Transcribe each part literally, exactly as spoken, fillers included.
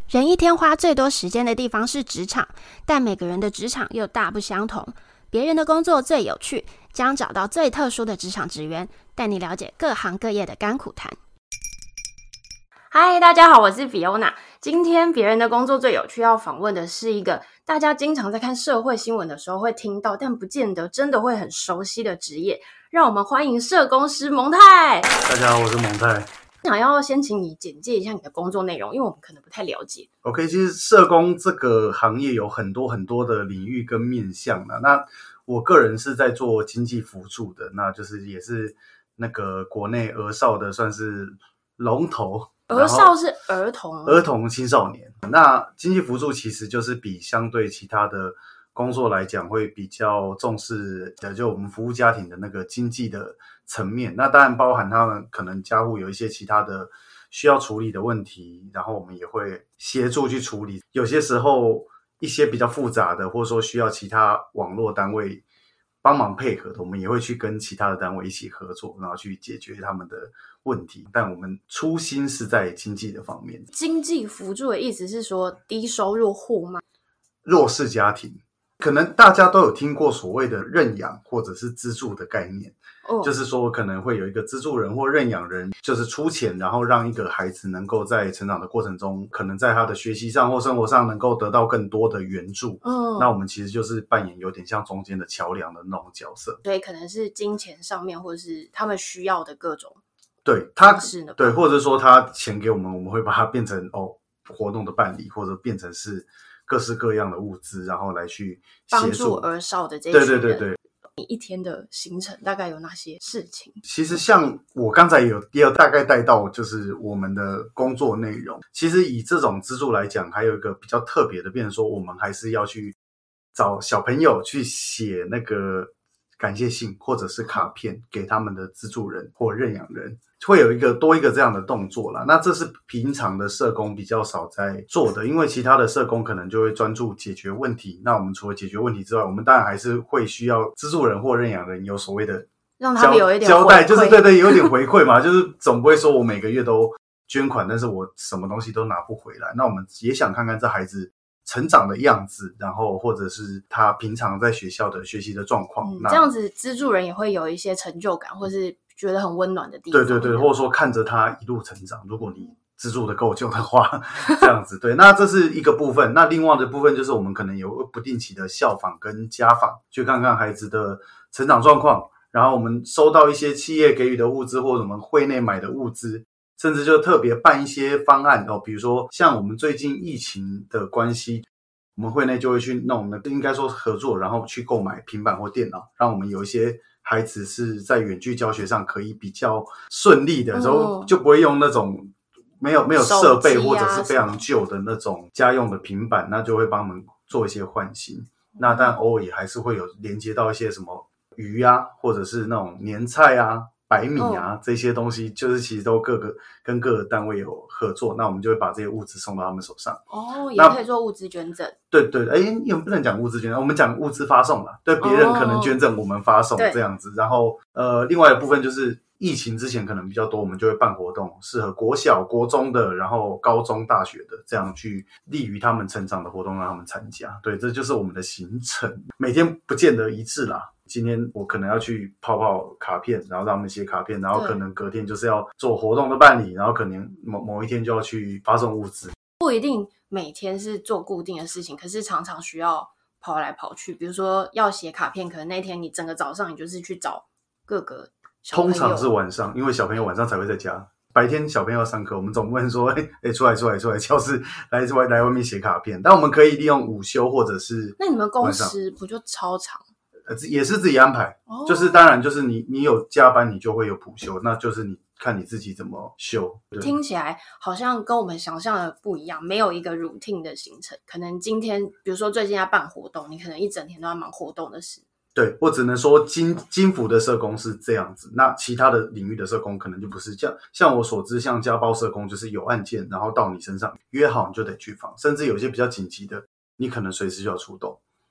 人一天花最多时间的地方是职场，但每个人的职场又大不相同。别人的工作最有趣，将找到最特殊的职场职员，带你了解各行各业的甘苦谈。嗨，大家好，我是 Fiona。今天别人的工作最有趣，要访问的是一个大家经常在看社会新闻的时候会听到，但不见得真的会很熟悉的职业。让我们欢迎社工师蒙泰。 大家好，我是蒙泰。 想要先请你简介一下你的工作内容，因为我们可能不太了解。 OK， 其实社工这个行业有很多很多的领域跟面向啦。那我个人是在做经济辅助的，那就是也是那个国内儿少的算是龙头。 儿少是儿童， 儿童青少年。那经济辅助其实就是比相对其他的工作来讲会比较重视的，就我们服务家庭的那个经济的层面。那当然包含他们可能家户有一些其他的需要处理的问题，然后我们也会协助去处理。有些时候一些比较复杂的，或者说需要其他网络单位帮忙配合的，我们也会去跟其他的单位一起合作，然后去解决他们的问题。但我们初心是在经济的方面。 经济辅助的意思是说低收入户吗？ 弱势家庭。可能大家都有听过所谓的认养或者是资助的概念，哦，就是说可能会有一个资助人或认养人，就是出钱，然后让一个孩子能够在成长的过程中，可能在他的学习上或生活上能够得到更多的援助。嗯，那我们其实就是扮演有点像中间的桥梁的那种角色。 对，可能是金钱上面，或者是他们需要的各种。 对，他对，或者说他钱给我们，我们会把它变成哦活动的办理，或者变成是各式各样的物资，然后来去帮助儿少的这一群人。 对对对对。 你一天的行程大概有哪些事情？ 其实像我刚才也有也有大概带到，就是我们的工作内容。其实以这种资助来讲，还有一个比较特别的，变成说我们还是要去找小朋友去写那个感谢信或者是卡片给他们的资助人或认养人，会有一个多一个这样的动作啦。那这是平常的社工比较少在做的，因为其他的社工可能就会专注解决问题。那我们除了解决问题之外，我们当然还是会需要资助人或认养人有所谓的让他们有一点交代，就是对对有点回馈嘛，就是总不会说我每个月都捐款，但是我什么东西都拿不回来。那我们也想看看这孩子成长的样子，然后或者是他平常在学校的学习的状况。 嗯，这样子资助人也会有一些成就感，或是觉得很温暖的地方。 对对对，或者说看着他一路成长，如果你资助的够久的话，这样子。对，那这是一个部分。那另外的部分就是我们可能有不定期的校访跟家访，去看看孩子的成长状况，然后我们收到一些企业给予的物资，或者我们会内买的物资，甚至就特别办一些方案哦，比如说像我们最近疫情的关系，我们会内就会去弄，应该说合作，然后去购买平板或电脑，让我们有一些孩子是在远距教学上可以比较顺利的时候，就不会用那种没有没有设备或者是非常旧的那种家用的平板，那就会帮我们做一些换新。那但偶尔也还是会有连接到一些什么鱼啊，或者是那种年菜啊、白米啊、哦、这些东西，就是其实都各个跟各个单位有合作，那我们就会把这些物资送到他们手上。 哦，也可以做物资捐赠。 对对，哎，你不能讲物资捐赠，我们讲物资发送啦。对，别人可能捐赠，我们发送这样子。然后呃，另外一部分就是疫情之前可能比较多，我们就会办活动，适合国小、国中的，然后高中、大学的，这样去利于他们成长的活动，让他们参加。对，这就是我们的行程，每天不见得一致啦。今天我可能要去泡泡卡片，然后让他们写卡片，然后可能隔天就是要做活动的办理，然后可能某某一天就要去发送物资。 不一定每天是做固定的事情，可是常常需要跑来跑去。比如说要写卡片，可能那天你整个早上你就是去找各个小朋友。 通常是晚上，因为小朋友晚上才会在家。白天小朋友要上课，我们总不能说哎哎出来出来出来教室来来来外面写卡片，但我们可以利用午休或者是。 那你们工时不就超长？ 也是自己安排，哦，就是当然就是你你有加班你就会有补休，那就是你看你自己怎么休。 听起来好像跟我们想象的不一样，没有一个 routine 的行程。可能今天比如说最近要办活动，你可能一整天都要忙活动的事。 对，我只能说金金服的社工是这样子，那其他的领域的社工可能就不是这样。像我所知，像家暴社工就是有案件，然后到你身上约好你就得去访，甚至有些比较紧急的，你可能随时就要出动。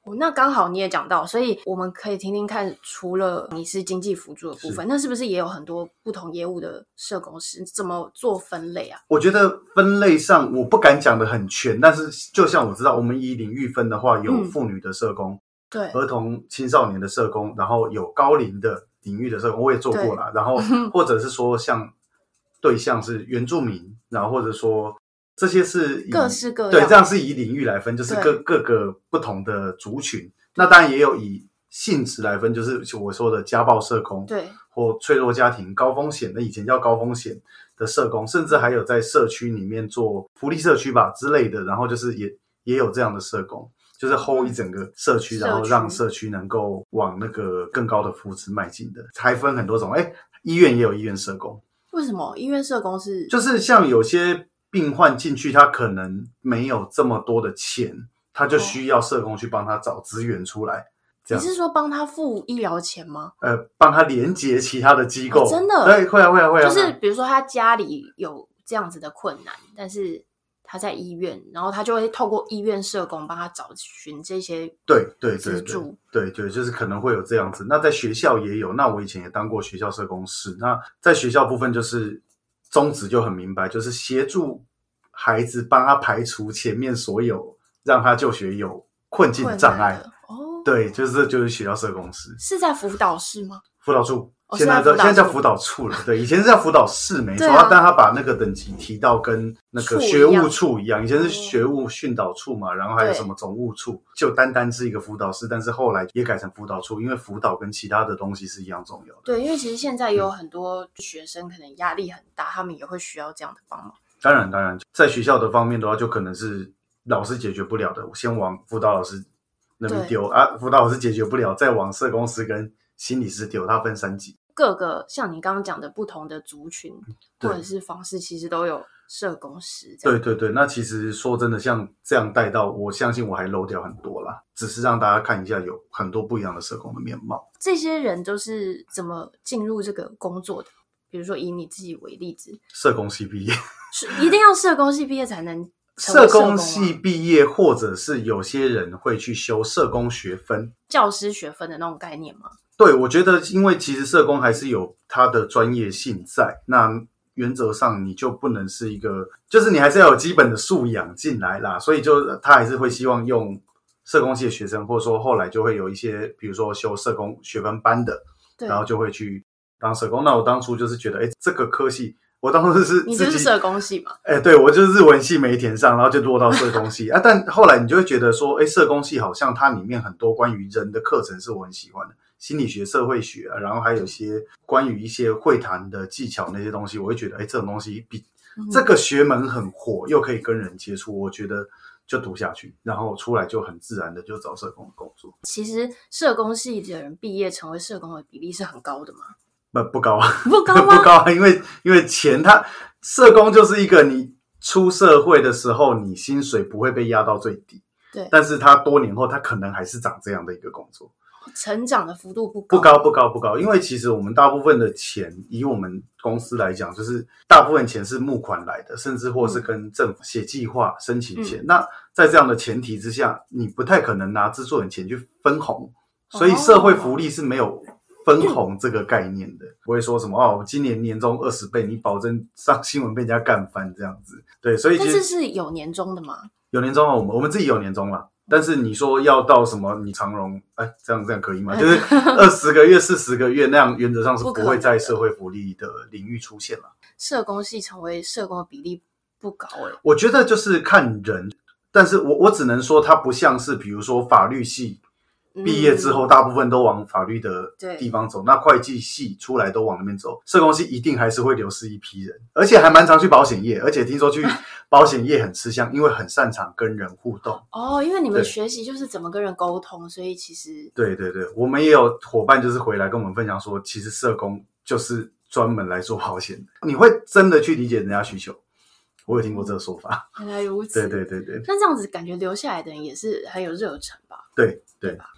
哦，那刚好你也讲到，所以我们可以听听看，除了你是经济辅助的部分，是那是不是也有很多不同业务的社工师？怎么做分类啊？ 我觉得分类上我不敢讲得很全，但是就像我知道，我们以领域分的话，有妇女的社工，嗯、 对， 儿童青少年的社工，然后有高龄的领域的社工，我也做过啦。然后或者是说像对象是原住民，然后或者说。这些是以各式各样， 对，这样是以领域来分，就是各各个不同的族群。那当然也有以性质来分，就是我说的家暴社工， 对， 或脆弱家庭、高风险的，以前叫高风险的社工，甚至还有在社区里面做福利社区吧之类的。然后就是也也有这样的社工，就是 hold 一整个社区，然后让社区能够往那个更高的福祉迈进的。还分很多种，哎，医院也有医院社工。 为什么医院社工是？ 就是像有些。病患进去，他可能没有这么多的钱，他就需要社工去帮他找资源出来。这样你是说帮他付医疗钱吗？ 呃，帮他连结其他的机构， 哦、真的？ 对，会啊，会啊，会啊。 就是比如说他家里有这样子的困难，但是他在医院，然后他就会透过医院社工帮他找寻这些对对对资助， 对对，就是可能会有这样子。那在学校也有，那我以前也当过学校社工师。那在学校部分就是。宗旨就很明白，就是协助孩子帮他排除前面所有让他就学有困境的障碍。 哦， 对，就是就是学校社工师。 是在辅导室吗？ 辅导处， 哦、 现在在现在叫辅导处了。对，以前是叫辅导室没错， 啊、 但他把那个等级提到跟那个学务处一样，以前是学务训导处嘛，然后还有什么总务处，就单单是一个辅导室，但是后来也改成辅导处，因为辅导跟其他的东西是一样重要的。 对，因为其实现在有很多学生可能压力很大，他们也会需要这样的帮忙。 当然，当然，在学校的方面的话，就可能是老师解决不了的，先往辅导老师那边丢啊，辅导老师解决不了，再往社工师跟心理师丢，它分三级。 各个像你刚刚讲的不同的族群或者是方式，其实都有社工师。 对对对，那其实说真的，像这样带到，我相信我还漏掉很多啦，只是让大家看一下有很多不一样的社工的面貌。 这些人都是怎么进入这个工作的？比如说以你自己为例子， 社工系毕业， 是一定要社工系毕业才能成社为社工工系毕业，或者是有些人会去修社工学分， 教师学分的那种概念吗？ 对，我觉得因为其实社工还是有他的专业性在，那原则上你就不能是一个，就是你还是要有基本的素养进来啦，所以就他还是会希望用社工系的学生，或者说后来就会有一些比如说修社工学分班的，然后就会去当社工。那我当初就是觉得，哎，这个科系我当初是自己你就是社工系嘛？ 哎，对，我就是日文系没填上，然后就落到社工系啊。但后来你就会觉得说，哎，社工系好像它里面很多关于人的课程是我很喜欢的，心理学、社会学啊，然后还有一些关于一些会谈的技巧那些东西，我会觉得，哎，这种东西比、嗯、这个学门很火，又可以跟人接触，我觉得就读下去，然后出来就很自然的就找社工的工作。 其实社工系的人毕业成为社工的比例是很高的吗？ 不不高啊， 不高吗？ 不高啊，因为因为钱他社工就是一个你出社会的时候，你薪水不会被压到最低， 对， 但是他多年后他可能还是长这样的一个工作， 成长的幅度不高， 不高不高不高，因为其实我们大部分的钱，以我们公司来讲，就是大部分钱是募款来的，甚至或是跟政府写计划申请钱、嗯。那在这样的前提之下，你不太可能拿制作人钱去分红，所以社会福利是没有分红这个概念的，不会说什么哦，今年年终二十倍，你保证上新闻被人家干翻这样子。对，所以其实但是是有年终的吗？ 有年终啊，我们我们自己有年终啦。但是你说要到什么你长荣，哎，这样这样可以吗？就是二十个月、四十个月那样，原则上是不会在社会福利的领域出现了。 社工系成为社工的比例不高哎、欸， 我觉得就是看人，但是我我只能说它不像是比如说法律系。毕业之后大部分都往法律的地方走、嗯、那会计系出来都往那边走，社工系一定还是会流失一批人，而且还蛮常去保险业，而且听说去保险业很吃香，因为很擅长跟人互动。 哦，因为你们学习就是怎么跟人沟通，所以其实对对对，我们也有伙伴就是回来跟我们分享说，其实社工就是专门来做保险的，你会真的去理解人家需求。我有听过这个说法。 原来如此。 对对对对。 那这样子感觉留下来的人也是很有热忱吧？ 对对。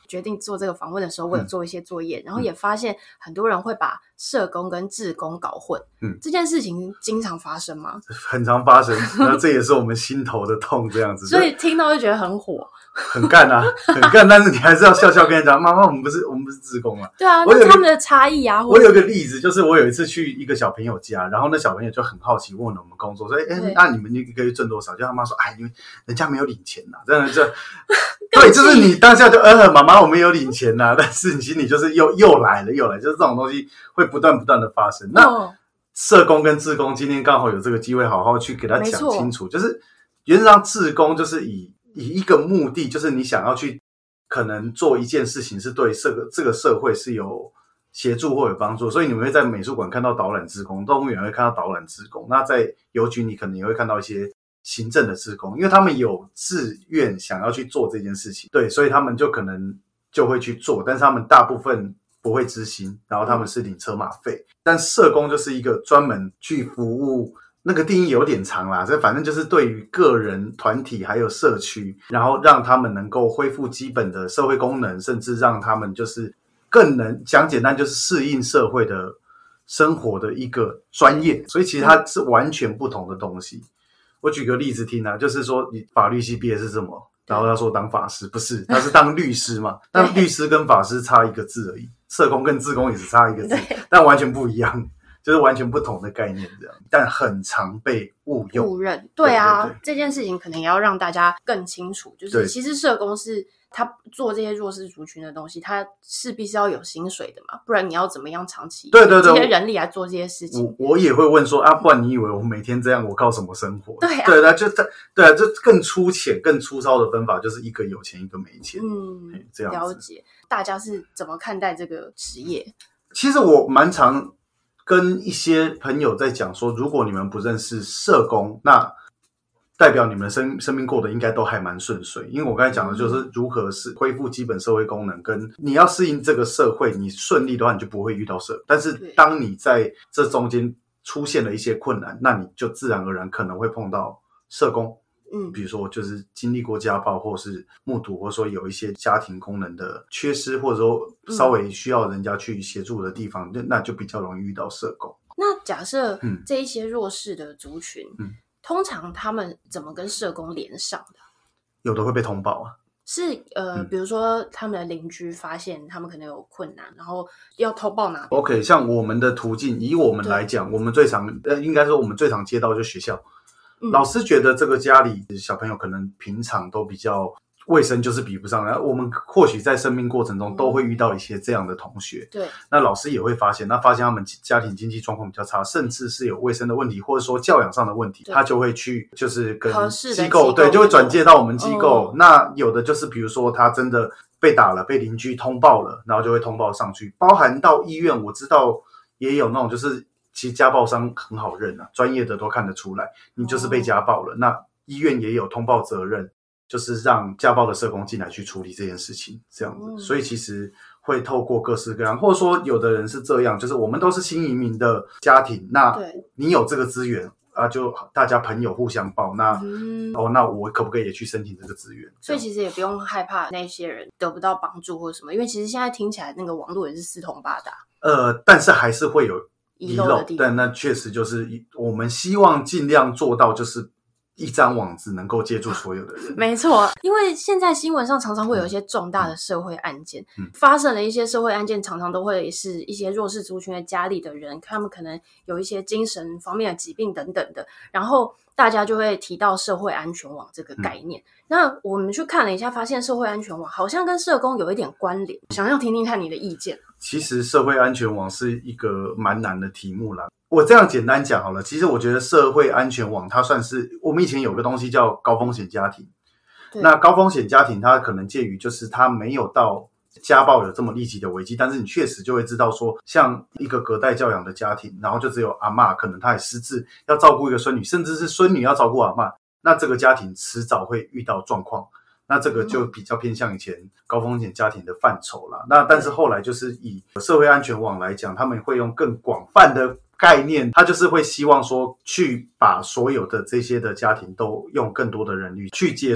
决定做这个访问的时候，我有做一些作业、嗯、然后也发现很多人会把社工跟志工搞混。嗯，这件事情经常发生吗？ 很常发生，那这也是我们心头的痛这样子。 所以听到就觉得很火， 很干啊，很干，但是你还是要笑笑跟人讲，妈妈，我们不是我们不是志工啊。 对啊，那他们的差异啊。 我有个例子，就是我有一次去一个小朋友家，然后那小朋友就很好奇问我们工作，说：“哎、欸，那你们一个月挣多少？”就他妈说：“哎，因为人家没有领钱呐、啊。”这样就对，就是你当下就呃，妈妈我们有领钱呐、啊，但是你心里就是又又来了又来，就是这种东西会不断不断的发生。那、哦、社工跟志工今天刚好有这个机会，好好去给他讲清楚，就是原则上志工就是以以一个目的，就是你想要去可能做一件事情是对这个这个社会是有协助或有帮助，所以你们会在美术馆看到导览志工，动物园会看到导览志工，那在邮局你可能也会看到一些行政的志工，因为他们有自愿想要去做这件事情，对，所以他们就可能就会去做，但是他们大部分不会知心，然后他们是领车马费。但社工就是一个专门去服务，那个定义有点长啦，这反正就是对于个人、团体还有社区，然后让他们能够恢复基本的社会功能，甚至让他们就是更能讲简单就是适应社会的生活的一个专业，所以其实它是完全不同的东西。我举个例子听啊，就是说你法律系毕业是什么？然后他说当法师，不是，他是当律师嘛。但律师跟法师差一个字而已，社工跟志工也是差一个字，但完全不一样，就是完全不同的概念这样。但很常被误用、 误认。对啊，对对对，这件事情可能也要让大家更清楚，就是其实社工是他做这些弱势族群的东西，他势必是要有薪水的嘛，不然你要怎么样长期对对对这些人力来做这些事情？ 我我也会问说啊，不然你以为我每天这样我靠什么生活？ 对啊， 对啊，就对啊，就更粗浅、更粗糙的分法，就是一个有钱，一个没钱。 嗯， 这样子了解。大家是怎么看待这个职业？ 其实我蛮常跟一些朋友在讲说，如果你们不认识社工，那代表你们的生生命过得应该都还蛮顺遂，因为我刚才讲的就是如何是恢复基本社会功能，跟你要适应这个社会，你顺利的话你就不会遇到社，但是当你在这中间出现了一些困难，那你就自然而然可能会碰到社工。嗯，比如说就是经历过家暴，或是目睹，或者说有一些家庭功能的缺失，或者说稍微需要人家去协助的地方，嗯、那就比较容易遇到社工。 那假设这一些弱势的族群，嗯，通常他们怎么跟社工连上的？ 有的会被通报啊， 是呃、嗯，比如说他们的邻居发现他们可能有困难，然后要通报哪 ？OK， 像我们的途径，以我们来讲，我们最常呃，应该说我们最常接到就是学校。嗯、老师觉得这个家里小朋友可能平常都比较卫生，就是比不上，然后我们或许在生命过程中都会遇到一些这样的同学， 对、嗯， 那老师也会发现，那发现他们家庭经济状况比较差，甚至是有卫生的问题，或者说教养上的问题，他就会去就是跟机构，对，就会转介到我们机构。嗯、那有的就是比如说他真的被打了，被邻居通报了，然后就会通报上去，包含到医院，我知道也有那种就是。其实家暴商很好认啊，专业的都看得出来，你就是被家暴了。哦、那医院也有通报责任，就是让家暴的社工进来去处理这件事情，这样子。嗯、所以其实会透过各式各样，或者说有的人是这样，就是我们都是新移民的家庭，那你有这个资源啊，就大家朋友互相报，那、嗯、哦，那我可不可以也去申请这个资源？ 所以其实也不用害怕那些人得不到帮助或什么，因为其实现在听起来那个网络也是四通八达。 呃，但是还是会有。遗漏，但那确实就是我们希望尽量做到，就是一张网子能够接住所有的人。 没错，因为现在新闻上常常会有一些重大的社会案件，嗯、发生了一些社会案件，常常都会是一些弱势族群的家里的人，他们可能有一些精神方面的疾病等等的，然后大家就会提到社会安全网这个概念。嗯、那我们去看了一下，发现社会安全网好像跟社工有一点关联，想要听听看你的意见。 其实社会安全网是一个蛮难的题目啦。我这样简单讲好了，其实我觉得社会安全网它算是我们以前有个东西叫高风险家庭。那高风险家庭它可能介于就是它没有到家暴有这么立即的危机，但是你确实就会知道说，像一个隔代教养的家庭，然后就只有阿嬷可能她也失智，要照顾一个孙女，甚至是孙女要照顾阿嬷，那这个家庭迟早会遇到状况。那这个就比较偏向以前高风险家庭的范畴啦。那但是后来就是以社会安全网来讲，他们会用更广泛的概念，他就是会希望说去把所有的这些的家庭都用更多的人力去接住。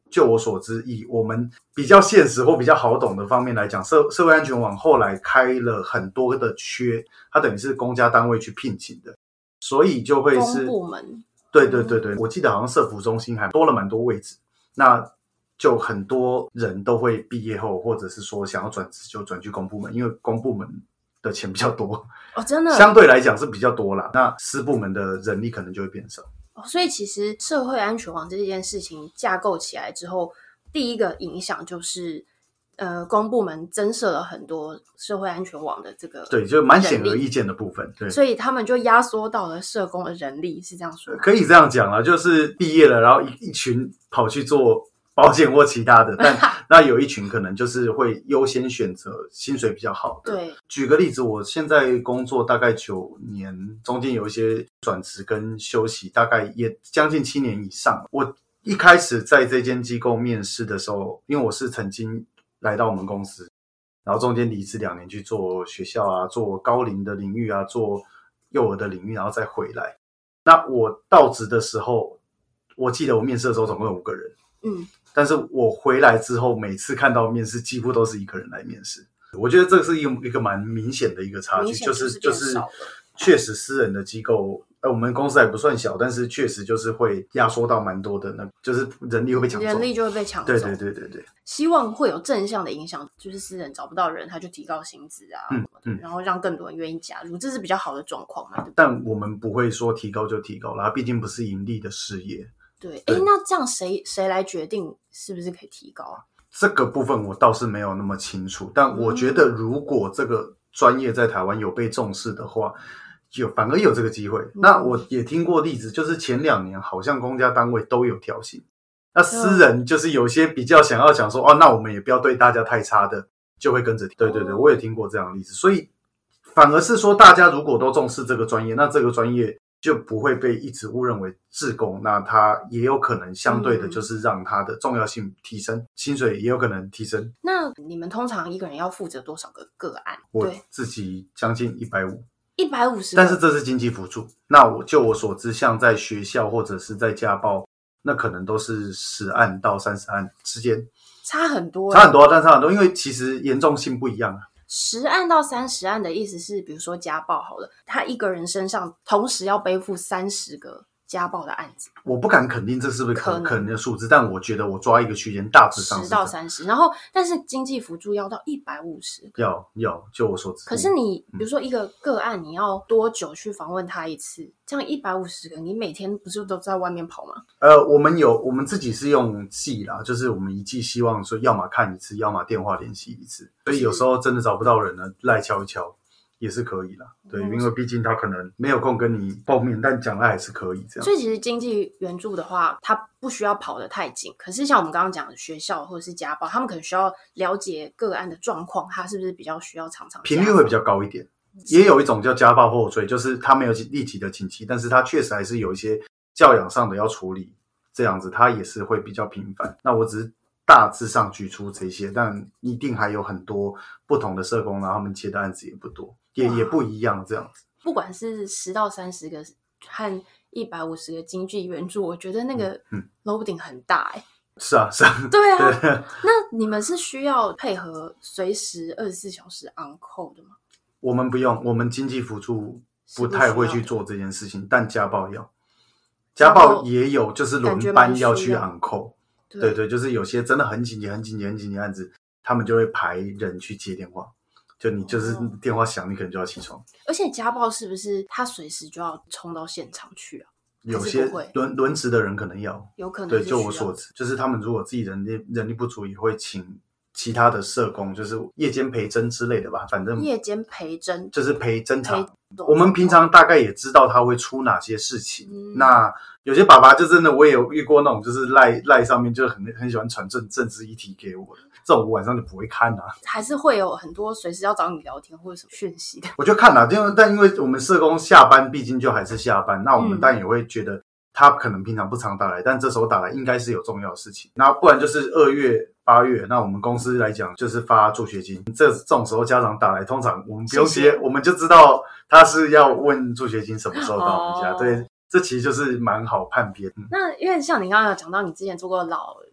就我所知，以我们比较现实或比较好懂的方面来讲，社社会安全网后来开了很多的缺，它等于是公家单位去聘请的，所以就会是公部门。 对对对对，我记得好像社福中心还多了蛮多位置，那就很多人都会毕业后，或者是说想要转职就转去公部门，因为公部门的钱比较多哦，真的相对来讲是比较多啦，那私部门的人力可能就会变少。 哦，所以其实社会安全网这件事情架构起来之后，第一个影响就是呃，公部门增设了很多社会安全网的这个， 对，就蛮显而易见的部分，对， 所以他们就压缩到了社工的人力，是这样说吗？ 可以这样讲啦，就是毕业了，然后 一, 一群跑去做保险或其他的，但那有一群可能就是会优先选择薪水比较好的。 对， 举个例子，我现在工作大概九年，中间有一些转职跟休息，大概也将近七年以上。我一开始在这间机构面试的时候，因为我是曾经来到我们公司，然后中间离职两年去做学校啊，做高龄的领域啊，做幼儿的领域，然后再回来。那我到职的时候，我记得我面试的时候总共有五个人， 嗯， 但是我回来之后，每次看到面试几乎都是一个人来面试。我觉得这是一个一个蛮明显的一个差距，就是就是确实私人的机构，呃，我们公司还不算小，但是确实就是会压缩到蛮多的，那就是人力会被抢走， 人力就会被抢走。 对对对对对。 希望会有正向的影响，就是私人找不到人，他就提高薪资啊，嗯嗯，然后让更多人愿意加入，这是比较好的状况嘛，对不对？ 但我们不会说提高就提高啦，毕竟不是盈利的事业。 对，哎，那这样谁谁来决定是不是可以提高啊？ 这个部分我倒是没有那么清楚，但我觉得如果这个专业在台湾有被重视的话，有反而有这个机会。嗯、那我也听过例子，就是前两年好像公家单位都有调薪，那私人就是有些比较想要想说，哦，那我们也不要对大家太差的，就会跟着。对对对，我也听过这样的例子，所以反而是说，大家如果都重视这个专业，那这个专业就不会被一直误认为志工，那它也有可能相对的就是让它的重要性提升，嗯、薪水也有可能提升。 那你们通常一个人要负责多少个个案？ 我自己将近一百五十， 一百五十， 但是这是经济辅助。那我就我所知，像在学校或者是在家暴，那可能都是十案到三十案之间， 差很多， 差很多，但差很多，因为其实严重性不一样啊。 十案到三十案的意思是，比如说家暴好了，他一个人身上同时要背负三十个家暴的案子。我不敢肯定这是不是可能可能的数字，但我觉得我抓一个区间，大致上十到三十，然后但是经济辅助要到一百五十， 要要，就我所知。 可是你比如说一个个案，你要多久去访问他一次？这样一百五十个，你每天不是都在外面跑吗？ 呃，我们有我们自己是用季啦，就是我们一季希望说，要么看一次，要么电话联系一次，所以有时候真的找不到人呢，赖敲一敲也是可以啦。对，因为毕竟他可能没有空跟你碰面，但讲赖还是可以这样。 所以其实经济援助的话，他不需要跑得太近。可是像我们刚刚讲的学校或者是家暴，他们可能需要了解个案的状况，他是不是比较需要常常频率会比较高一点。也有一种叫家暴后追，就是他没有立即的紧急，但是他确实还是有一些教养上的要处理，这样子他也是会比较频繁。那我只是大致上举出这些，但一定还有很多不同的社工，然后他们接的案子也不多，也也不一样这样子。 不管是十到三十个和一百五十个经济援助，我觉得那个 loading 很大哎、欸。 是啊，是啊， 对啊。对，那你们是需要配合随时二十四小时 on call 的吗？ 我们不用，我们经济辅助不太会去做这件事情，但家暴要，家暴也有，就是轮班要去 on call。对, 对对，就是有些真的很紧急、很紧急、很紧急的案子，他们就会排人去接电话。就你就是电话响，你可能就要起床。 而且家暴是不是他随时就要冲到现场去啊？ 有些轮轮值的人可能要， 有可能对，就我所知，就是他们如果自己人力人力不足，也会请其他的社工，就是夜间陪诊之类的吧，反正夜间陪诊就是陪侦查。我们平常大概也知道他会出哪些事情。嗯、那有些爸爸就真的，我也有遇过那种，就是赖赖上面就很很喜欢传政政治议题给我的，这种我晚上就不会看啊。 还是会有很多随时要找你聊天或者什么讯息的。 我就看啦，因为但因为我们社工下班，毕竟就还是下班，那我们当然也会觉得他可能平常不常打来，但这时候打来应该是有重要的事情。那不然就是二月。八月，那我们公司来讲就是发助学金，这这种时候家长打来，通常我们不用接，我们就知道他是要问助学金什么时候到我们家。哦、对，这其实就是蛮好判别。 那因为像你刚刚有讲到，你之前做过老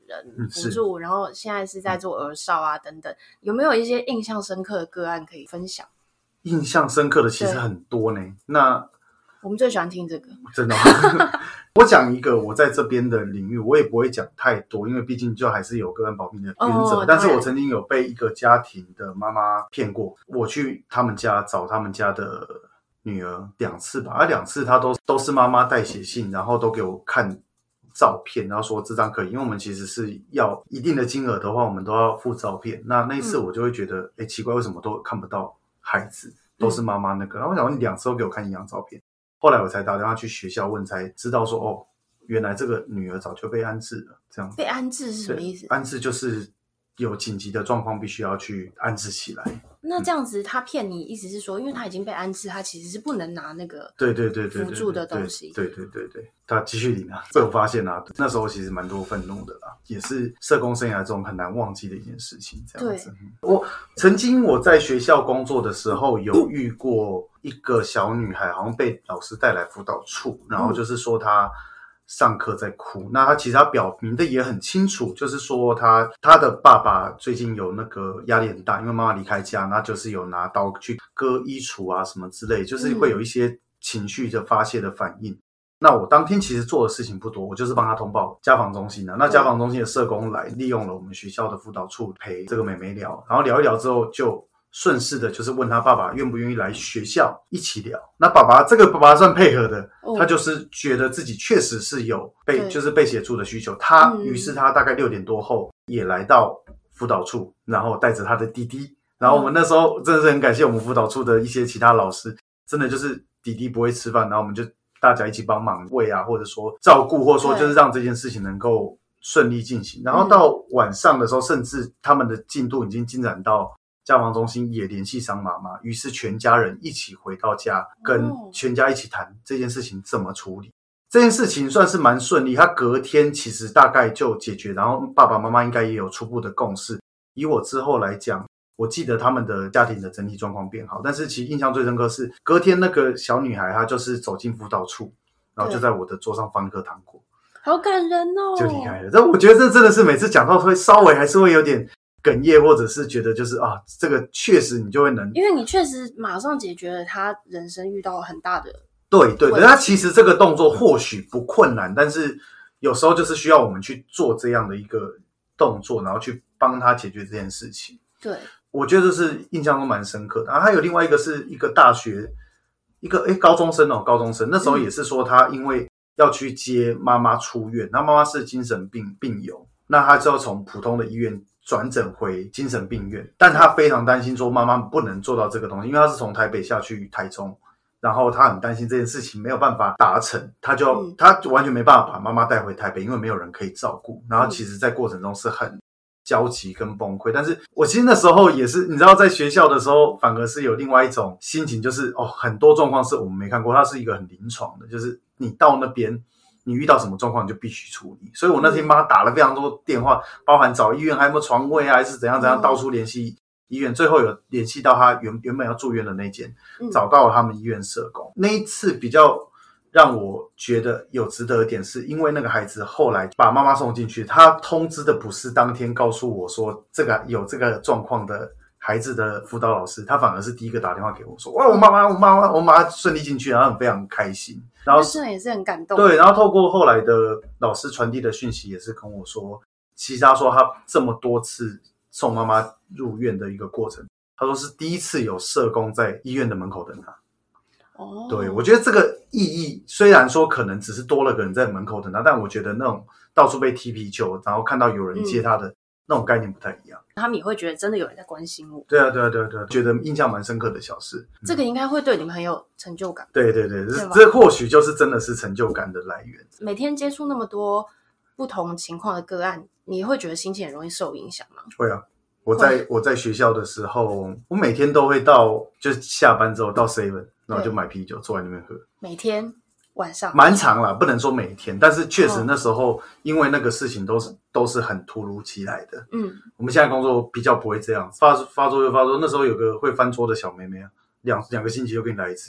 人辅助、嗯、然后现在是在做儿少啊等等，有没有一些印象深刻的个案可以分享？ 印象深刻的其实很多呢。那我们最喜欢听这个， 真的吗？我讲一个我在这边的领域，我也不会讲太多，因为毕竟就还是有个人保密的原则、哦、但是我曾经有被一个家庭的妈妈骗过，我去他们家找他们家的女儿两次吧，啊，两次她都都是妈妈代写信，然后都给我看照片，然后说这张可以，因为我们其实是要一定的金额的话，我们都要附照片。那那一次我就会觉得，哎、嗯，奇怪，为什么都看不到孩子，都是妈妈那个？然后我想说，你两次都给我看一样照片。后来我才打电话去学校问，才知道说，哦，原来这个女儿早就被安置了。这样被安置是什么意思？ 安置就是有紧急的状况，必须要去安置起来。 那这样子他骗你，意思是说因为他已经被安置，他其实是不能拿那个对对对对辅助的东西。 对对对对，他继续领啊。被我发现啊，那时候其实蛮多愤怒的啦，也是社工生涯中很难忘记的一件事情。这样子，我曾经我在学校工作的时候有遇过一个小女孩，好像被老师带来辅导处，然后就是说她上课在哭，那他其实他表明的也很清楚，就是说他他的爸爸最近有那个压力很大，因为妈妈离开家，那就是有拿刀去割衣橱啊什么之类，就是会有一些情绪的发泄的反应、嗯、那我当天其实做的事情不多，我就是帮他通报家访中心啊，那家访中心的社工来利用了我们学校的辅导处陪这个妹妹聊，然后聊一聊之后就顺势的就是问他爸爸愿不愿意来学校一起聊。那爸爸这个爸爸算配合的、哦、他就是觉得自己确实是有被就是被协助的需求，他、嗯、于是他大概六点多后也来到辅导处，然后带着他的弟弟，然后我们那时候真的是很感谢我们辅导处的一些其他老师，真的就是弟弟不会吃饭，然后我们就大家一起帮忙喂啊，或者说照顾，或者说就是让这件事情能够顺利进行。然后到晚上的时候、嗯、甚至他们的进度已经进展到家访中心也联系上妈妈，于是全家人一起回到家，跟全家一起谈这件事情怎么处理。这件事情算是蛮顺利，他隔天其实大概就解决，然后爸爸妈妈应该也有初步的共识。以我之后来讲，我记得他们的家庭的整体状况变好，但是其实印象最深刻是隔天那个小女孩她就是走进辅导处，然后就在我的桌上放一颗糖果， 好感人哦， 就离开了。但我觉得这真的是每次讲到会稍微还是会有点哽咽，或者是觉得就是啊，这个确实你就会能， 因为你确实马上解决了他人生遇到很大的对对对，他其实这个动作或许不困难，但是有时候就是需要我们去做这样的一个动作，然后去帮他解决这件事情。 对， 我觉得这是印象中蛮深刻的。然后还有另外一个是一个大学一个诶高中生哦，高中生那时候也是说他因为要去接妈妈出院，那妈妈是精神病病友，那他就要从普通的医院转诊回精神病院，但他非常担心说妈妈不能做到这个东西，因为他是从台北下去台中，然后他很担心这件事情没有办法达成，他就、嗯、他就完全没办法把妈妈带回台北，因为没有人可以照顾，然后其实在过程中是很焦急跟崩溃。但是我其实那时候也是，你知道在学校的时候反而是有另外一种心情，就是哦，很多状况是我们没看过，它是一个很临床的，就是你到那边你遇到什么状况你就必须处理，所以我那天帮他打了非常多电话，包含找医院还有没有床位啊，还是怎样怎样，到处联系医院，最后有联系到他原原本要住院的那间，找到了他们医院社工。那一次比较让我觉得有值得的点是，因为那个孩子后来把妈妈送进去，他通知的不是当天告诉我说这个有这个状况的孩子的辅导老师，他反而是第一个打电话给我说，哇，我妈妈我妈妈我妈顺利进去，然后很非常开心，然后是也是很感动。 对，然后透过后来的老师传递的讯息也是跟我说，其实他说他这么多次送妈妈入院的一个过程，他说是第一次有社工在医院的门口等他。哦，对，我觉得这个意义虽然说可能只是多了个人在门口等他，但我觉得那种到处被踢皮球，然后看到有人接他的、嗯、那种概念不太一样。 他们也会觉得真的有人在关心我。 对啊，对啊，对啊，对啊，觉得印象蛮深刻的小事。 嗯、这个应该会对你们很有成就感。 对对对，这这或许就是真的是成就感的来源。 每天接触那么多不同情况的个案，你会觉得心情很容易受影响吗？ 会啊。我在我在学校的时候，我每天都会到，就是下班之后到 seven， 然后就买啤酒坐在那边喝。 每天晚上蛮长啦，不能说每天，但是确实那时候、哦、因为那个事情都是都是很突如其来的。嗯，我们现在工作比较不会这样，发发作就发作。那时候有个会翻桌的小妹妹啊，两两个星期就给你来一次，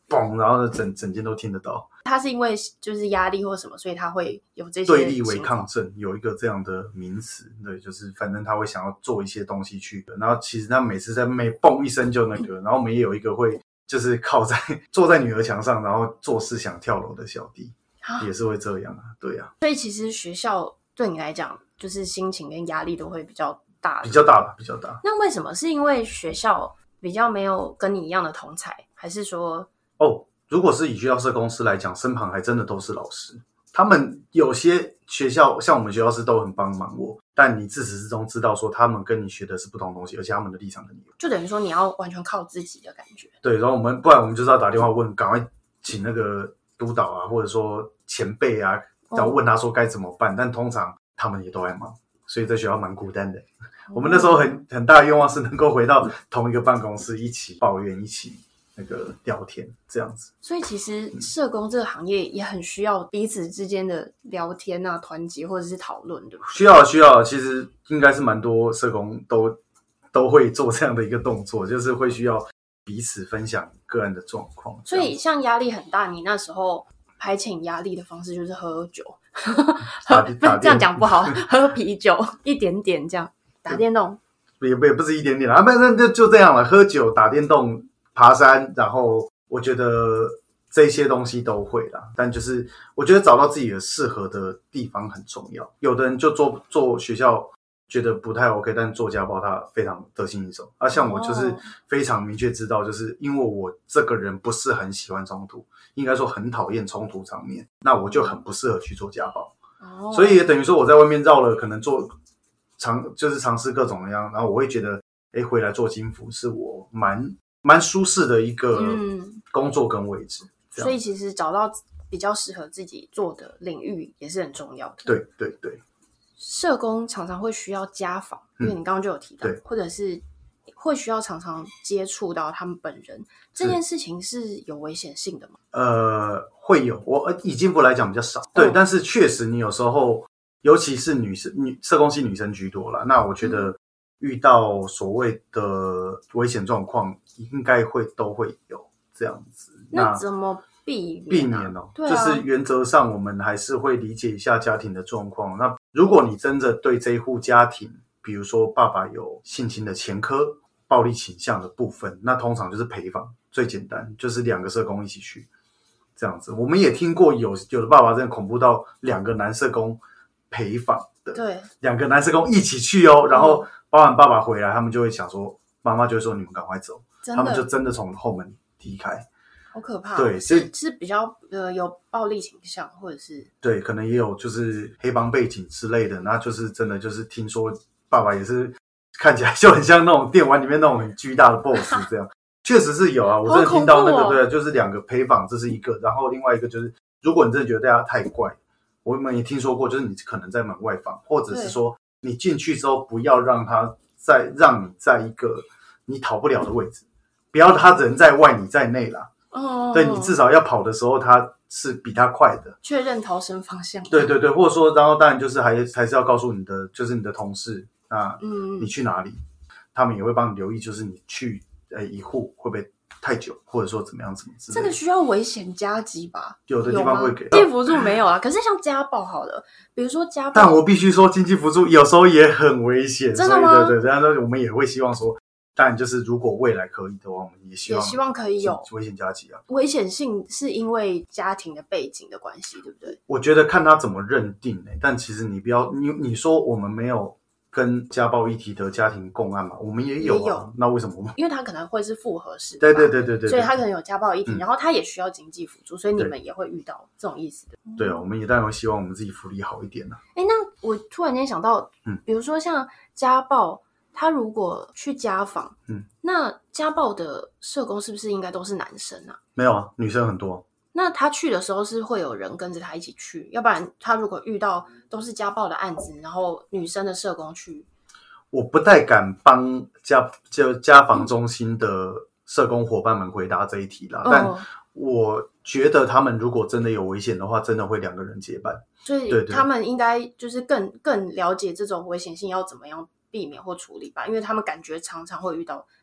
嘣，然后整整间都听得到。 他是因为就是压力或什么，所以他会有这些对立违抗症，有一个这样的名词。对，就是反正他会想要做一些东西去，然后其实他每次在每嘣一声就那个，然后我们也有一个会就是靠在坐在女儿墙上，然后做事想跳楼的小弟，也是会这样啊。对啊， 所以其实学校对你来讲，就是心情跟压力都会比较大， 比较大吧，比较大。 那为什么？是因为学校比较没有跟你一样的同侪，还是说哦？如果是以学校社公司来讲，身旁还真的都是老师。他们有些学校，像我们学校是都很帮忙我，但你自始至终知道说他们跟你学的是不同东西，而且他们的立场跟你有， 就等于说你要完全靠自己的感觉。 对，然后我们不然我们就是要打电话问，赶快请那个督导啊，或者说前辈啊，然后问他说该怎么办。哦、但通常他们也都在忙，所以在学校蛮孤单的。哦、我们那时候很很大的愿望是能够回到同一个办公室，一起抱怨，一起那个聊天这样子。 所以其实社工这个行业也很需要彼此之间的聊天啊、团结或者是讨论，对吧？ 需要需要，其实应该是蛮多社工都都会做这样的一个动作，就是会需要彼此分享个案的状况。 所以像压力很大，你那时候排遣压力的方式就是喝酒， 打打这样讲不好，喝啤酒一点点这样，打电动也不也不是一点点啊，不那就就这样了，喝酒、打电动、爬山，然后我觉得这些东西都会啦，但就是我觉得找到自己的适合的地方很重要。有的人就做做学校觉得不太 OK， 但做家暴他非常得心应手啊。像我就是非常明确知道，就是因为我这个人不是很喜欢冲突，应该说很讨厌冲突场面，那我就很不适合去做家暴。哦，所以也等于说我在外面绕了，可能做尝就是尝试各种各样，然后我会觉得，哎，回来做金服是我蛮蛮舒适的一个工作跟位置。 嗯、所以其实找到比较适合自己做的领域也是很重要的。 对对对。 社工常常会需要家访，因为你刚刚就有提到， 嗯、 或者是会需要常常接触到他们本人，这件事情是有危险性的吗？ 呃，会有，我以金服来讲比较少，对，哦、但是确实你有时候，尤其是女生，女社工系女生居多啦，那我觉得遇到所谓的危险状况，应该会都会有这样子。 那怎么避免、啊？ 避免哦， 对啊， 就是原则上我们还是会理解一下家庭的状况。那如果你真的对这一户家庭，比如说爸爸有性侵的前科、暴力倾向的部分，那通常就是陪访，最简单，就是两个社工一起去这样子。我们也听过有有的爸爸真的恐怖到两个男社工陪访的， 对， 两个男社工一起去哦，然后包含爸爸回来，他们就会想说，妈妈就会说你们赶快走，他们就真的从后门离开。 好可怕、哦！ 对， 是是比较呃有暴力倾向，或者是对，可能也有就是黑帮背景之类的。那就是真的就是听说爸爸也是看起来就很像那种电玩里面那种很巨大的 boss 这样，确实是有啊。我真的听到那个、哦、对，就是两个陪访，这是一个，然后另外一个就是，如果你真的觉得大家太怪，我们也听说过，就是你可能在门外访，或者是说你进去之后不要让他在让你在一个你逃不了的位置，不要他人在外你在内啦。哦，对，你至少要跑的时候，他是比他快的， 确认逃生方向。 对对对，或者说，然后当然就是还还是要告诉你的，就是你的同事，那你去哪里，嗯、他们也会帮你留意，就是你去呃一户会不会太久，或者说怎么样怎么之类的。 这个需要危险加急吧？ 有的地方会给经济辅助没有啊，可是像家暴好了，比如说家暴， 但我必须说，经济辅助有时候也很危险， 真的吗？ 所以对对，然后我们也会希望说。但就是如果未来可以的话，我们也希望也希望可以有危险加急啊。 危险性是因为家庭的背景的关系，对不对？ 我觉得看他怎么认定、欸、但其实你不要你你说我们没有跟家暴议题的家庭共案嘛，我们也有啊。也有那为什么我们？ 因为他可能会是复合式的， 对对对对 对, 对， 所以他可能有家暴议题、嗯，然后他也需要经济辅助，所以你们也会遇到这种意思的。 对啊，我们也当然会希望我们自己福利好一点啊。 哎，那我突然间想到，嗯，比如说像家暴。他如果去家访，嗯，那家暴的社工是不是应该都是男生啊？ 没有啊，女生很多。 那他去的时候是会有人跟着他一起去，要不然他如果遇到都是家暴的案子，然后女生的社工去， 我不太敢帮家就家访中心的社工伙伴们回答这一题啦、嗯，但我觉得他们如果真的有危险的话，真的会两个人结伴， 所以他们应该就是更更了解这种危险性要怎么样避免或处理吧，因为他们感觉常常会遇到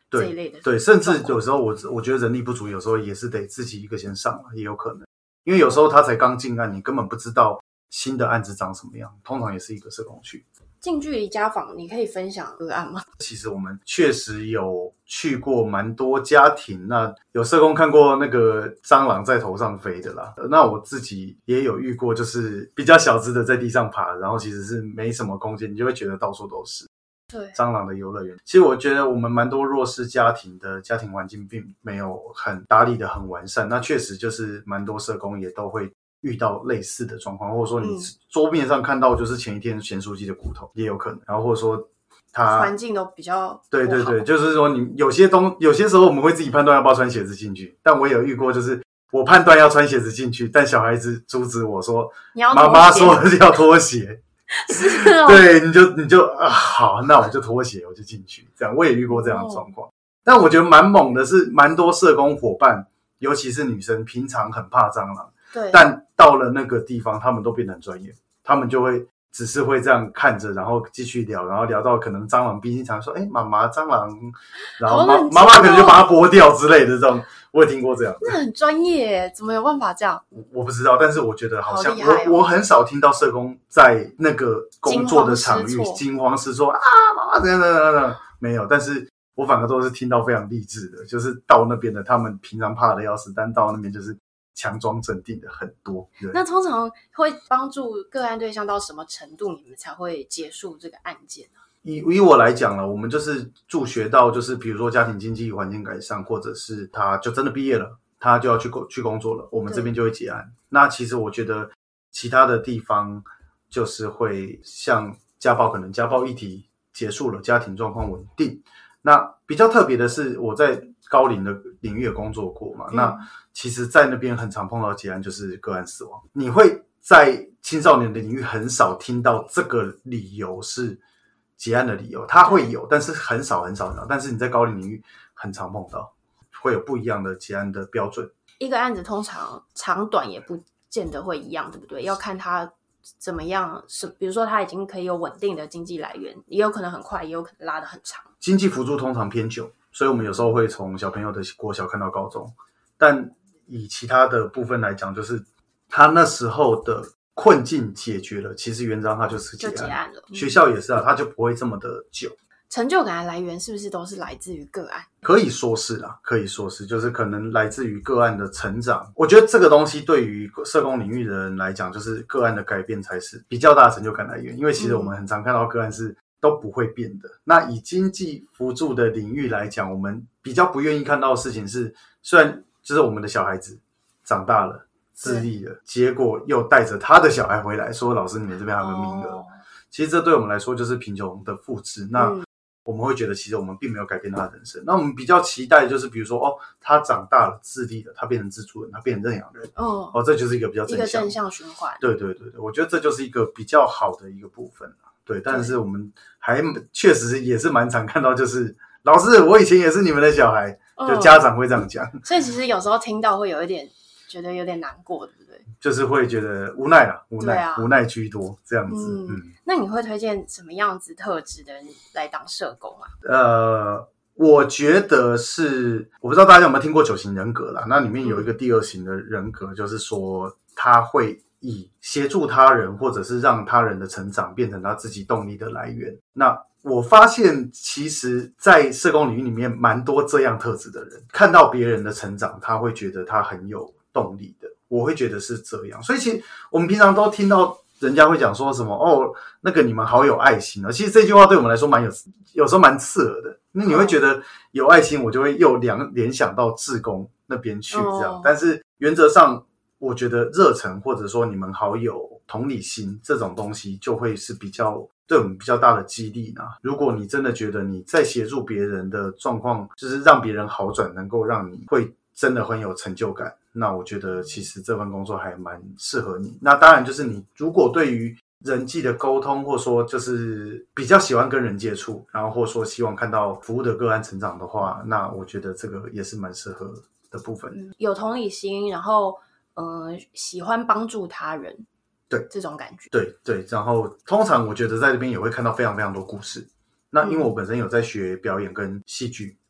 这一类的。 对，甚至有时候我我觉得人力不足，有时候也是得自己一个先上，也有可能，因为有时候他才刚进案，你根本不知道新的案子长什么样，通常也是一个社工去。 近距离家访，你可以分享个案吗？ 其实我们确实有去过蛮多家庭，那有社工看过那个蟑螂在头上飞的啦。那我自己也有遇过，就是比较小只的在地上爬，然后其实是没什么空间，你就会觉得到处都是。 对， 蟑螂的游乐园。其实我觉得我们蛮多弱势家庭的家庭环境并没有很打理的很完善，那确实就是蛮多社工也都会遇到类似的状况，或者说你桌面上看到就是前一天咸酥鸡的骨头也有可能，然后或者说他环境都比较对对对，就是说你有些东有些时候我们会自己判断要不要穿鞋子进去，但我也有遇过就是我判断要穿鞋子进去，但小孩子阻止我说妈妈说要脱鞋。 是哦， 对，你就你就啊，好，那我就脱鞋，我就进去。这样我也遇过这样的状况，哦、但我觉得蛮猛的是，蛮多社工伙伴，尤其是女生，平常很怕蟑螂， 对， 但到了那个地方，他们都变得很专业，他们就会只是会这样看着，然后继续聊，然后聊到可能蟑螂冰心常说，哎，妈妈蟑螂，然后妈、哦、妈妈可能就把它剥掉之类的这种。我也听过这样， 那很专业，怎么有办法这样？ 我我不知道，但是我觉得好像好哦、 我我很少听到社工在那个工作的场域惊慌失措啊，妈妈怎样怎样怎样，没有。但是我反而都是听到非常励志的，就是到那边的他们平常怕的要死，但到那边就是强装镇定的很多。 那通常会帮助个案对象到什么程度，你们才会结束这个案件呢？ 以以我来讲了，我们就是助学到，就是比如说家庭经济环境改善，或者是他就真的毕业了，他就要去去工作了，我们这边就会结案。那其实我觉得其他的地方就是会像家暴，可能家暴议题结束了，家庭状况稳定。那比较特别的是，我在高龄的领域也工作过嘛，嗯、那其实在那边很常碰到结案就是个案死亡，你会在青少年的领域很少听到这个理由是结案的理由，它会有，但是很少很少很少。但是你在高龄领域很常碰到，会有不一样的结案的标准。 一个案子通常长短也不见得会一样，对不对？要看它怎么样，是比如说它已经可以有稳定的经济来源，也有可能很快，也有可能拉得很长。 经济辅助通常偏久，所以我们有时候会从小朋友的国小看到高中，但以其他的部分来讲，就是他那时候的困境解决了，其实原则上它就是结案, 就结案了、嗯、 学校也是啊，它就不会这么的久。 成就感的来源是不是都是来自于个案？ 可以说是啦，可以说是，就是可能来自于个案的成长。我觉得这个东西对于社工领域的人来讲，就是个案的改变才是比较大的成就感来源。因为其实我们很常看到个案是都不会变的。嗯、那以经济辅助的领域来讲，我们比较不愿意看到的事情是，虽然就是我们的小孩子长大了。自立了，结果又带着他的小孩回来说：“老师，你们这边还有没有名额？”哦、其实这对我们来说就是贫穷的复制。那我们会觉得，其实我们并没有改变他的人生。那我们比较期待就是，比如说，哦，他长大了，自立了，他变成自主人，他变成认养人。哦，哦，这就是一个比较正向的一个正向循环。 对对对对，我觉得这就是一个比较好的一个部分。对，但是我们还确实也是蛮常看到，就是老师，我以前也是你们的小孩，就家长会这样讲。哦、 所以其实有时候听到会有一点。觉得有点难过，对不对？ 就是会觉得无奈啦，无奈，啊、无奈居多这样子。嗯，嗯那你会推荐什么样子特质的人来当社工啊？ 呃，我觉得是，我不知道大家有没有听过九型人格啦。那里面有一个第二型的人格，就是说他会以协助他人或者是让他人的成长变成他自己动力的来源。那我发现其实在社工领域里面蛮多这样特质的人，看到别人的成长，他会觉得他很有动力的，我会觉得是这样。所以其实我们平常都听到人家会讲说什么哦，那个你们好有爱心啊。其实这句话对我们来说蛮有，有时候蛮刺耳的。那你会觉得有爱心，我就会又联联想到志工那边去这样。哦、但是原则上，我觉得热忱或者说你们好有同理心这种东西，就会是比较对我们比较大的激励呢。如果你真的觉得你在协助别人的状况，就是让别人好转，能够让你会真的很有成就感，那我觉得其实这份工作还蛮适合你。那当然就是你如果对于人际的沟通，或说就是比较喜欢跟人接触，然后或说希望看到服务的个案成长的话，那我觉得这个也是蛮适合的部分。 嗯、有同理心，然后呃喜欢帮助他人， 对这种感觉， 对对。然后通常我觉得在这边也会看到非常非常多故事。那因为我本身有在学表演跟戏剧。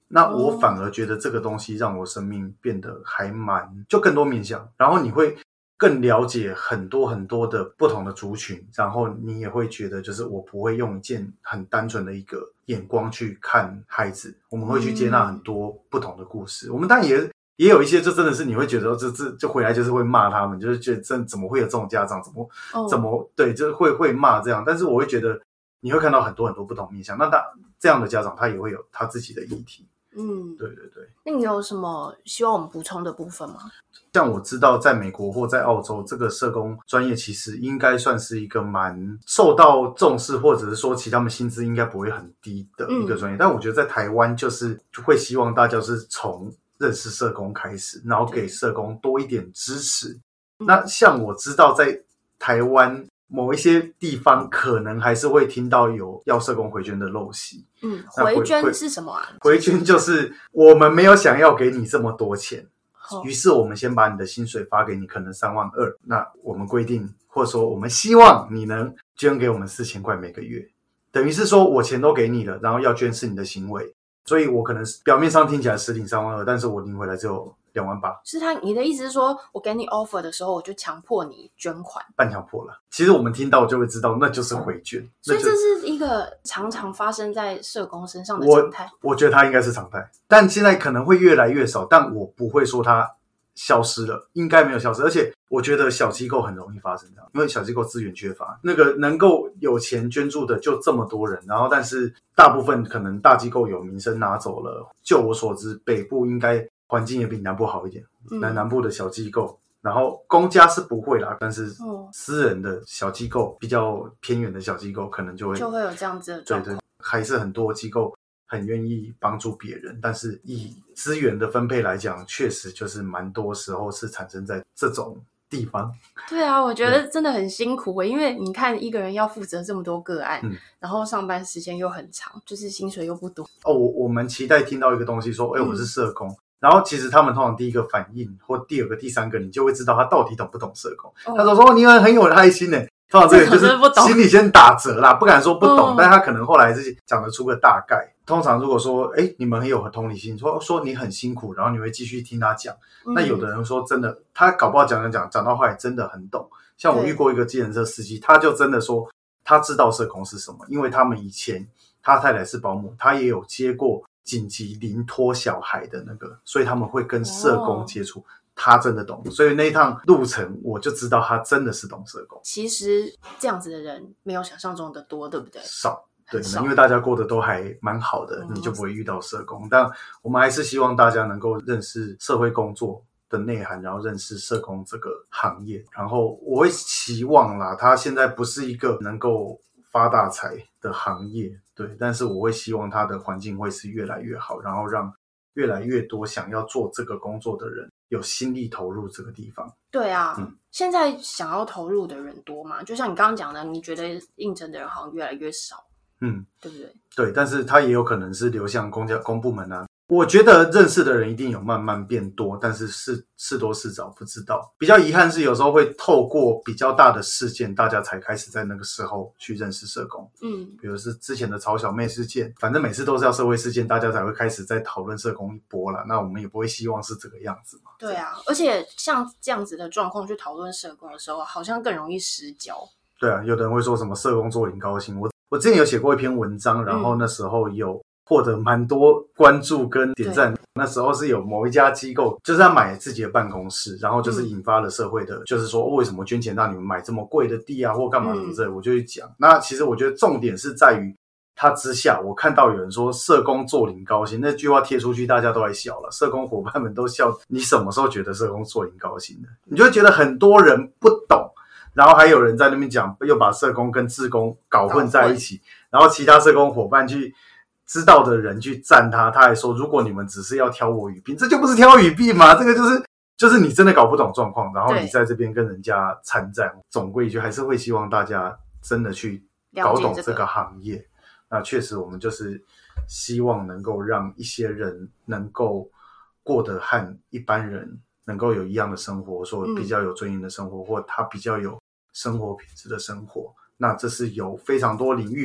那我反而觉得这个东西让我生命变得还蛮就更多面向，然后你会更了解很多很多的不同的族群，然后你也会觉得就是我不会用一件很单纯的一个眼光去看孩子，我们会去接纳很多不同的故事、嗯、我们当然也也有一些就真的是你会觉得这这就回来就是会骂他们，就是觉得这怎么会有这种家长，怎么、哦、怎么对，就是会会骂这样，但是我会觉得你会看到很多很多不同面向，那他这样的家长他也会有他自己的议题。嗯，对对对。 那你有什么希望我们补充的部分吗？ 像我知道在美国或在澳洲，这个社工专业其实应该算是一个蛮受到重视，或者是说其实他们薪资应该不会很低的一个专业、嗯、但我觉得在台湾就是会希望大家是从认识社工开始，然后给社工多一点支持。那像我知道在台湾某一些地方可能还是会听到有要社工回捐的陋习。嗯， 回捐是什么啊？ 回捐就是我们没有想要给你这么多钱，于是我们先把你的薪水发给你，可能三万二，那我们规定或者说我们希望你能捐给我们四千块每个月，等于是说我钱都给你了，然后要捐是你的行为，所以我可能表面上听起来实领三万二，但是我领回来只有两万八。 是他你的意思是说我给你 offer 的时候我就强迫你捐款？ 半强迫了，其实我们听到就会知道那就是回捐、嗯、 所以这是一个常常发生在社工身上的常态。 我我觉得它应该是常态，但现在可能会越来越少，但我不会说它消失了，应该没有消失。而且我觉得小机构很容易发生这样，因为小机构资源缺乏，那个能够有钱捐助的就这么多人，然后但是大部分可能大机构有名声拿走了。就我所知北部应该环境也比南部好一点、嗯、南南部的小机构，然后公家是不会啦，但是私人的小机构、比较偏远的小机构可能就会就会有这样子的状况。 对对，还是很多机构很愿意帮助别人，但是以资源的分配来讲，确实就是蛮多时候是产生在这种地方。 对啊，我觉得真的很辛苦、欸、因为你看一个人要负责这么多个案、嗯、然后上班时间又很长，就是薪水又不多。 哦，我我们期待听到一个东西说哎、欸，我是社工、嗯，然后其实他们通常第一个反应或第二个第三个你就会知道他到底懂不懂社工、哦、他说说你们很有爱心耶，通常这个就是心里先打折啦，不敢说不懂、嗯、但他可能后来是讲得出个大概。通常如果说哎，你们很有同理心，说说你很辛苦，然后你会继续听他讲、嗯、那有的人说真的他搞不好讲讲讲讲到后来真的很懂。像我遇过一个计程车司机，他就真的说他知道社工是什么，因为他们以前他太太是保姆，他也有接过紧急临托小孩的那个，所以他们会跟社工接触、哦，他真的懂，所以那一趟路程我就知道他真的是懂社工。 其实这样子的人没有想象中的多，对不对？ 少，对，因为大家过得都还蛮好的、嗯、你就不会遇到社工。但我们还是希望大家能够认识社会工作的内涵，然后认识社工这个行业。然后我会期望啦，他现在不是一个能够发大财的行业，对，但是我会希望他的环境会是越来越好，然后让越来越多想要做这个工作的人有心力投入这个地方。 对啊、嗯、现在想要投入的人多吗？就像你刚刚讲的，你觉得应征的人好像越来越少，嗯，对不对？ 对，但是他也有可能是流向公家公部门啊。我觉得认识的人一定有慢慢变多，但是是是多是少不知道。比较遗憾是有时候会透过比较大的事件，大家才开始在那个时候去认识社工。嗯，比如是之前的曹小妹事件，反正每次都是要社会事件，大家才会开始在讨论社工一波啦。那我们也不会希望是这个样子嘛。 对啊，而且像这样子的状况去讨论社工的时候，好像更容易失焦。 对啊，有的人会说什么社工做零高薪。我我之前有写过一篇文章，然后那时候有获得蛮多关注跟点赞。那时候是有某一家机构，就是他买自己的办公室，然后就是引发了社会的、嗯、就是说、哦、为什么捐钱让你们买这么贵的地啊，或干嘛什么之类、嗯、我就去讲。那其实我觉得重点是在于他之下，我看到有人说社工做领高薪，那句话贴出去大家都在笑了，社工伙伴们都笑，你什么时候觉得社工做领高薪的？你就会觉得很多人不懂，然后还有人在那边讲又把社工跟志工搞混在一起，然后其他社工伙伴去知道的人去赞他，他还说如果你们只是要挑我语病，这就不是挑语病嘛，这个就是就是你真的搞不懂状况，然后你在这边跟人家参战，总归一句还是会希望大家真的去搞懂这个行业、这个、那确实我们就是希望能够让一些人能够过得和一般人能够有一样的生活，说比较有尊严的生活、嗯、或他比较有生活品质的生活。那这是有非常多领域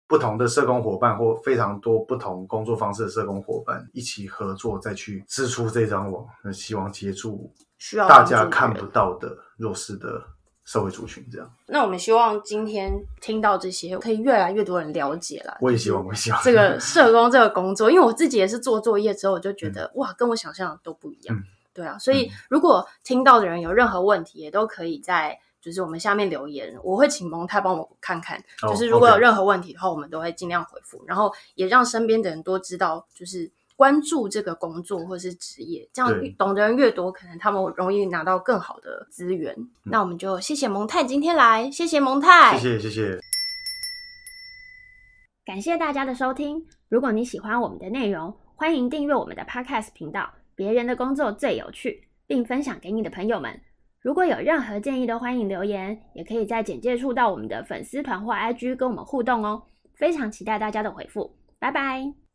不同的社工伙伴或非常多不同工作方式的社工伙伴一起合作，再去织出这张网，那希望接住需要大家看不到的弱势的社会族群。这样， 那我们希望今天听到这些，可以越来越多人了解啦。 我也希望，我也希望这个社工这个工作，因为我自己也是做作业之后，我就觉得、嗯、哇，跟我想象的都不一样。嗯、对啊，所以如果听到的人有任何问题，也都可以在就是我们下面留言，我会请蒙太帮我看看、哦、就是如果有任何问题的话，我们都会尽量回复，然后也让身边的人多知道，就是关注这个工作或是职业，这样懂的人越多，可能他们容易拿到更好的资源、嗯、那我们就谢谢蒙太今天来，谢谢蒙太， 谢谢谢谢， 感谢大家的收听。如果你喜欢我们的内容，欢迎订阅我们的 Podcast 频道，别人的工作最有趣，并分享给你的朋友们。如果有任何建议都欢迎留言，也可以在简介处到我们的粉丝团或 I G 跟我们互动哦。非常期待大家的回复，拜拜。